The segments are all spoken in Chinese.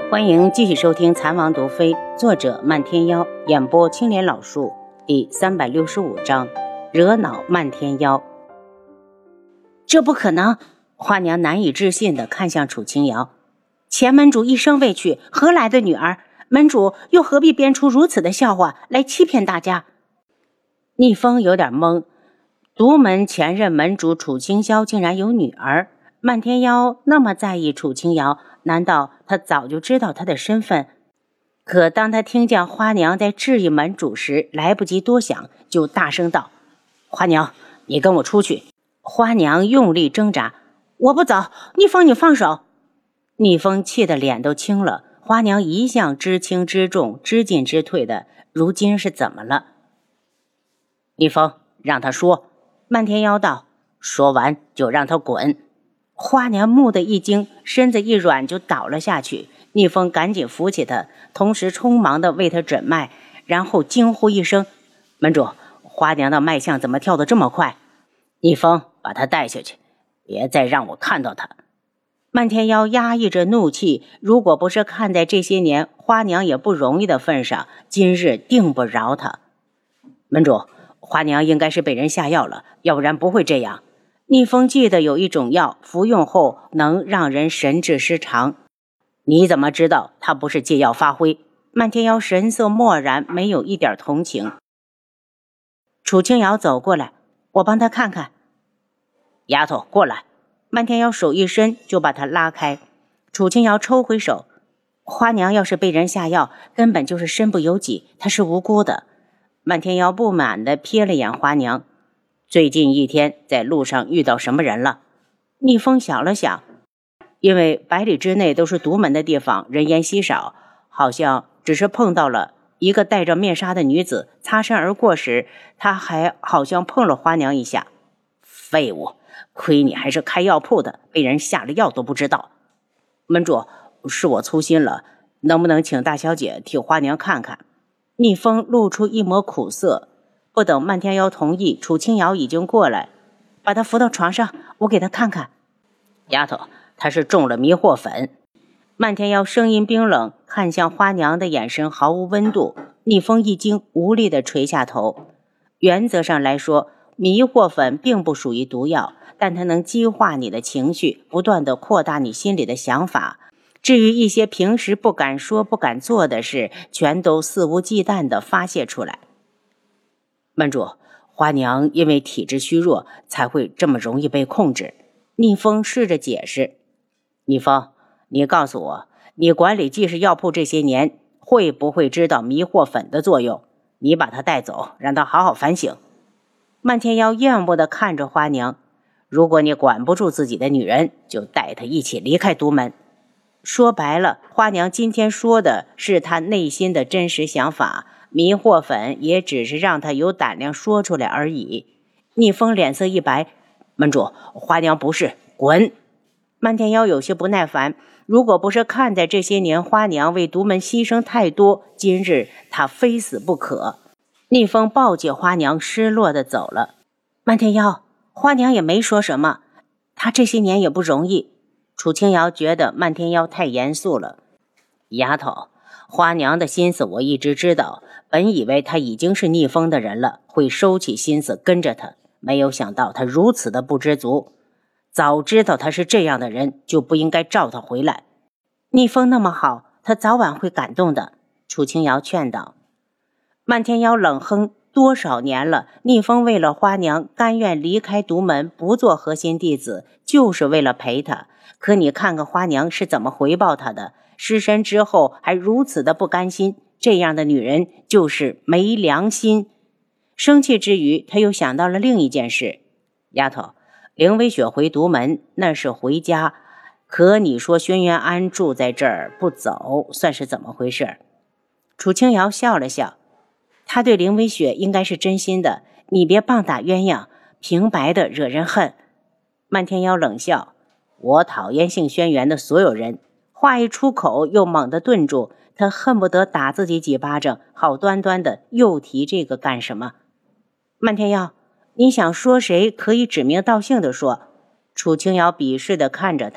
欢迎继续收听《残王毒妃》，作者漫天妖，演播青莲老树，第365章，惹恼漫天妖。这不可能！花娘难以置信地看向楚清瑶，前门主一生未娶，何来的女儿？门主又何必编出如此的笑话来欺骗大家？逆风有点懵，独门前任门主楚清霄竟然有女儿。漫天妖那么在意楚清瑶，难道他早就知道她的身份？可当他听见花娘在质疑门主时，来不及多想，就大声道：花娘，你跟我出去。花娘用力挣扎，我不走，逆风你放手。逆风气得脸都青了，花娘一向知轻知重知进知退的，如今是怎么了？逆风，让他说。漫天妖道，说完就让他滚。花娘蓦地一惊，身子一软就倒了下去。逆风赶紧扶起她，同时匆忙地为她诊脉，然后惊呼一声：门主，花娘的脉象怎么跳得这么快？逆风，把她带下去，别再让我看到她。漫天妖压抑着怒气，如果不是看在这些年花娘也不容易的份上，今日定不饶她。门主，花娘应该是被人下药了，要不然不会这样。逆风记得有一种药，服用后能让人神志失常。你怎么知道他不是借药发挥？漫天妖神色漠然，没有一点同情。楚清瑶走过来，我帮他看看。丫头，过来。漫天妖手一伸，就把他拉开。楚清瑶抽回手，花娘要是被人下药，根本就是身不由己，她是无辜的。漫天妖不满地瞥了眼花娘，最近一天在路上遇到什么人了？逆风想了想，因为百里之内都是独门的地方，人烟稀少，好像只是碰到了一个戴着面纱的女子，擦身而过时，他还好像碰了花娘一下。废物，亏你还是开药铺的，被人下了药都不知道。门主，是我粗心了，能不能请大小姐替花娘看看？逆风露出一抹苦涩。不等漫天妖同意，楚清瑶已经过来，把她扶到床上，我给她看看。丫头，她是中了迷惑粉。漫天妖声音冰冷，看向花娘的眼神毫无温度。逆风一惊，无力地垂下头。原则上来说，迷惑粉并不属于毒药，但它能激化你的情绪，不断地扩大你心里的想法。至于一些平时不敢说不敢做的事，全都肆无忌惮地发泄出来。门主，花娘因为体质虚弱，才会这么容易被控制。逆风试着解释。逆风，你告诉我，你管理济世药铺这些年，会不会知道迷惑粉的作用？你把她带走，让她好好反省。漫天妖厌恶地看着花娘，如果你管不住自己的女人，就带她一起离开独门。说白了，花娘今天说的是她内心的真实想法，迷惑粉也只是让她有胆量说出来而已。逆风脸色一白，门主，花娘不是，滚！漫天妖有些不耐烦，如果不是看在这些年花娘为独门牺牲太多，今日她非死不可。逆风抱起花娘，失落地走了。漫天妖，花娘也没说什么，她这些年也不容易。楚清瑶觉得漫天妖太严肃了。丫头，花娘的心思我一直知道，本以为她已经是逆风的人了，会收起心思跟着她，没有想到她如此的不知足。早知道她是这样的人，就不应该召她回来。逆风那么好，她早晚会感动的。楚清瑶劝道。漫天妖冷哼，多少年了，逆风为了花娘甘愿离开独门，不做核心弟子，就是为了陪她。可你看看花娘是怎么回报她的，失身之后还如此的不甘心，这样的女人就是没良心。生气之余，他又想到了另一件事。丫头，凌微雪回独门那是回家，可你说轩辕安住在这儿不走，算是怎么回事？楚清瑶笑了笑，他对凌微雪应该是真心的，你别棒打鸳鸯，平白的惹人恨。漫天妖冷笑，我讨厌姓轩辕的所有人。话一出口又猛地顿住，他恨不得打自己几巴掌，好端端的又提这个干什么？漫天妖，你想说谁可以指名道姓的说。楚清瑶鄙视地看着他，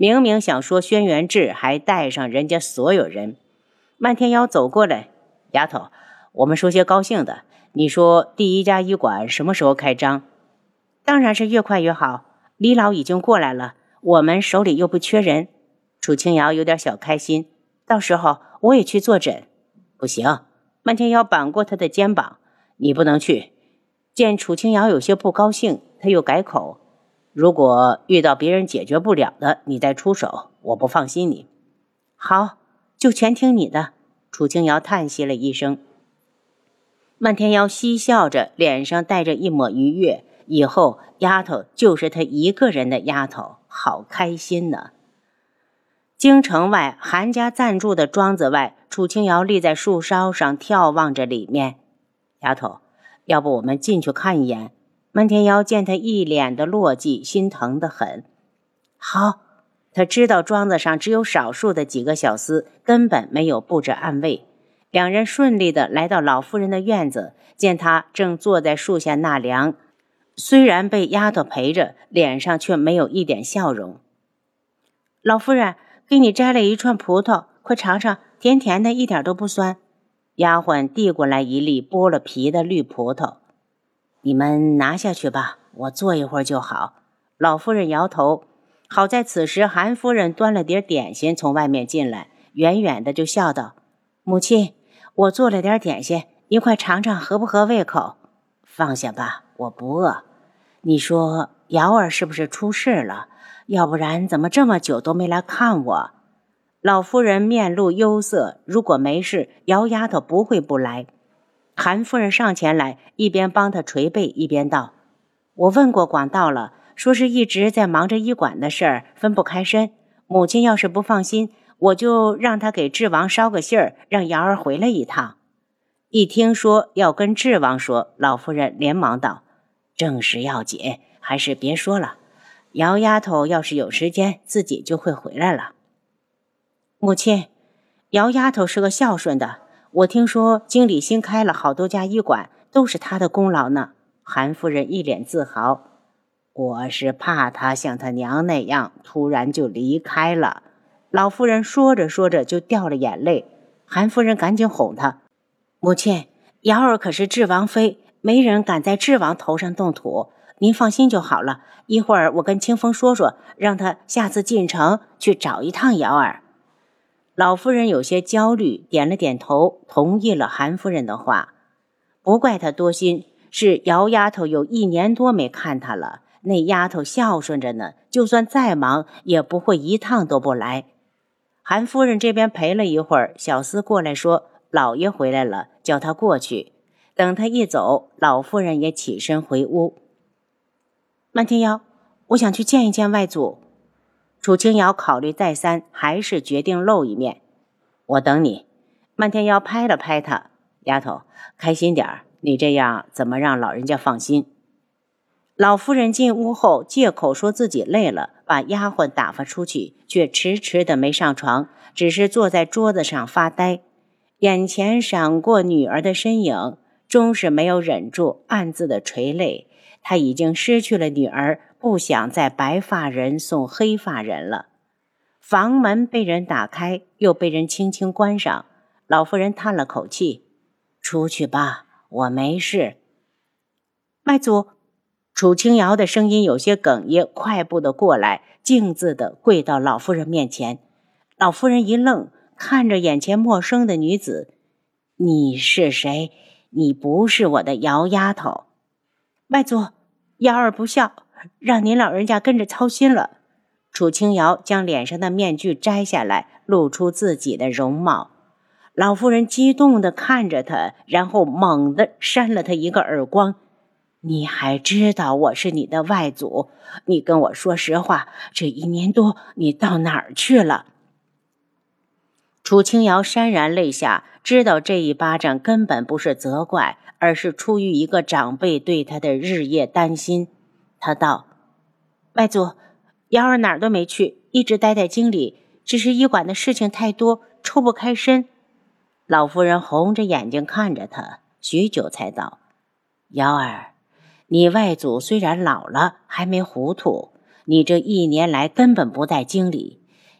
明明想说轩辕志，还带上人家所有人。漫天妖走过来，丫头，我们说些高兴的。你说第一家医馆什么时候开张？当然是越快越好。李老已经过来了，我们手里又不缺人。楚清瑶有点小开心，到时候我也去坐诊。不行，漫天妖扳过他的肩膀，你不能去。见楚清瑶有些不高兴，他又改口，如果遇到别人解决不了的，你再出手，我不放心你。好，就全听你的。楚清瑶叹息了一声。漫天妖嬉笑着，脸上带着一抹愉悦，以后丫头就是他一个人的丫头，好开心呢。京城外，韩家暂住的庄子外，楚清瑶立在树梢上眺望着里面。丫头，要不我们进去看一眼？漫天妖见他一脸的落寂，心疼得很。好，他知道庄子上只有少数的几个小厮，根本没有布置暗卫。两人顺利地来到老夫人的院子，见她正坐在树下纳凉，虽然被丫头陪着，脸上却没有一点笑容。老夫人，给你摘了一串葡萄，快尝尝，甜甜的，一点都不酸。丫鬟递过来一粒剥了皮的绿葡萄。你们拿下去吧，我坐一会儿就好。老夫人摇头。好在此时韩夫人端了点点心从外面进来，远远的就笑道，母亲，我做了点点心，您快尝尝合不合胃口。放下吧，我不饿。你说瑶儿是不是出事了？要不然怎么这么久都没来看我？老夫人面露忧色，如果没事，姚丫头不会不来。韩夫人上前来，一边帮她捶背，一边道，我问过广道了，说是一直在忙着医馆的事儿，分不开身。母亲要是不放心，我就让他给智王捎个信儿，让瑶儿回来一趟。一听说要跟智王说，老夫人连忙道，正事要紧，还是别说了。姚丫头要是有时间，自己就会回来了。母亲，姚丫头是个孝顺的，我听说经理新开了好多家医馆，都是她的功劳呢。韩夫人一脸自豪。我是怕她像她娘那样突然就离开了。老夫人说着说着就掉了眼泪。韩夫人赶紧哄她，母亲，瑶儿可是智王妃，没人敢在智王头上动土，您放心就好了。一会儿我跟清风说说，让他下次进城去找一趟瑶儿。老夫人有些焦虑，点了点头，同意了韩夫人的话。不怪她多心，是姚丫头有1年多没看她了，那丫头孝顺着呢，就算再忙也不会一趟都不来。韩夫人这边陪了一会儿，小厮过来说老爷回来了，叫她过去。等她一走，老夫人也起身回屋。漫天妖，我想去见一见外祖。楚清瑶考虑再三，还是决定露一面。我等你。漫天妖拍了拍他，丫头，开心点儿，你这样怎么让老人家放心？老夫人进屋后，借口说自己累了，把丫鬟打发出去，却迟迟的没上床，只是坐在桌子上发呆。眼前闪过女儿的身影，终是没有忍住暗自的垂泪。她已经失去了女儿，不想再白发人送黑发人了。房门被人打开，又被人轻轻关上。老夫人叹了口气，出去吧，我没事。外祖。楚清瑶的声音有些哽咽，快步的过来，径自的跪到老夫人面前。老夫人一愣，看着眼前陌生的女子，你是谁？你不是我的姚丫头。外祖，瑶儿不孝，让您老人家跟着操心了。楚清瑶将脸上的面具摘下来，露出自己的容貌。老夫人激动地看着他，然后猛地扇了他一个耳光。你还知道我是你的外祖？你跟我说实话，这1年多你到哪儿去了？楚清瑶潸然泪下，知道这一巴掌根本不是责怪，而是出于一个长辈对他的日夜担心。他道，外祖，瑶儿哪儿都没去，一直待在京里，只是医馆的事情太多，抽不开身。老夫人红着眼睛看着他，许久才道，瑶儿，你外祖虽然老了，还没糊涂，你这1年来根本不在京里，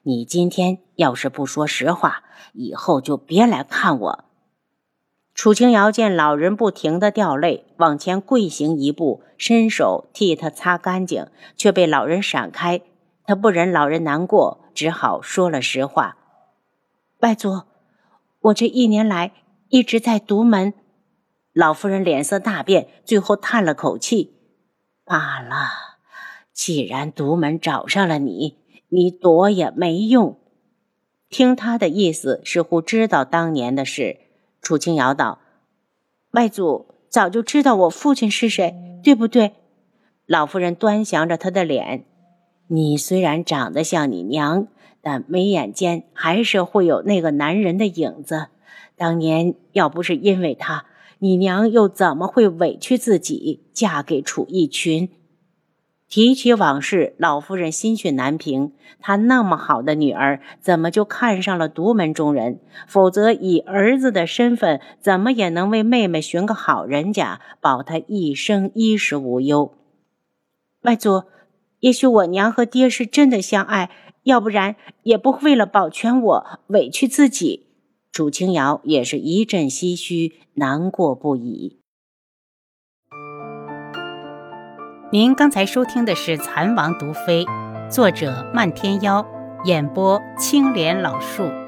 你今天要是不说实话，以后就别来看我。楚清瑶见老人不停地掉泪，往前跪行一步，伸手替他擦干净，却被老人闪开。他不忍老人难过，只好说了实话。外祖，我这1年来一直在独门。老夫人脸色大变，最后叹了口气。罢了，既然独门找上了你，你躲也没用。听他的意思，似乎知道当年的事。楚清瑶道：外祖早就知道我父亲是谁，对不对？老夫人端详着他的脸，你虽然长得像你娘，但眉眼间还是会有那个男人的影子。当年要不是因为他，你娘又怎么会委屈自己嫁给楚逸群？提起往事，老夫人心绪难平。她那么好的女儿，怎么就看上了独门中人？否则以儿子的身份，怎么也能为妹妹寻个好人家，保她一生衣食无忧。外祖，也许我娘和爹是真的相爱，要不然也不会为了保全我委屈自己。楚清瑶也是一阵唏嘘，难过不已。您刚才收听的是《蚕王毒妃》，作者漫天妖，演播青莲老树。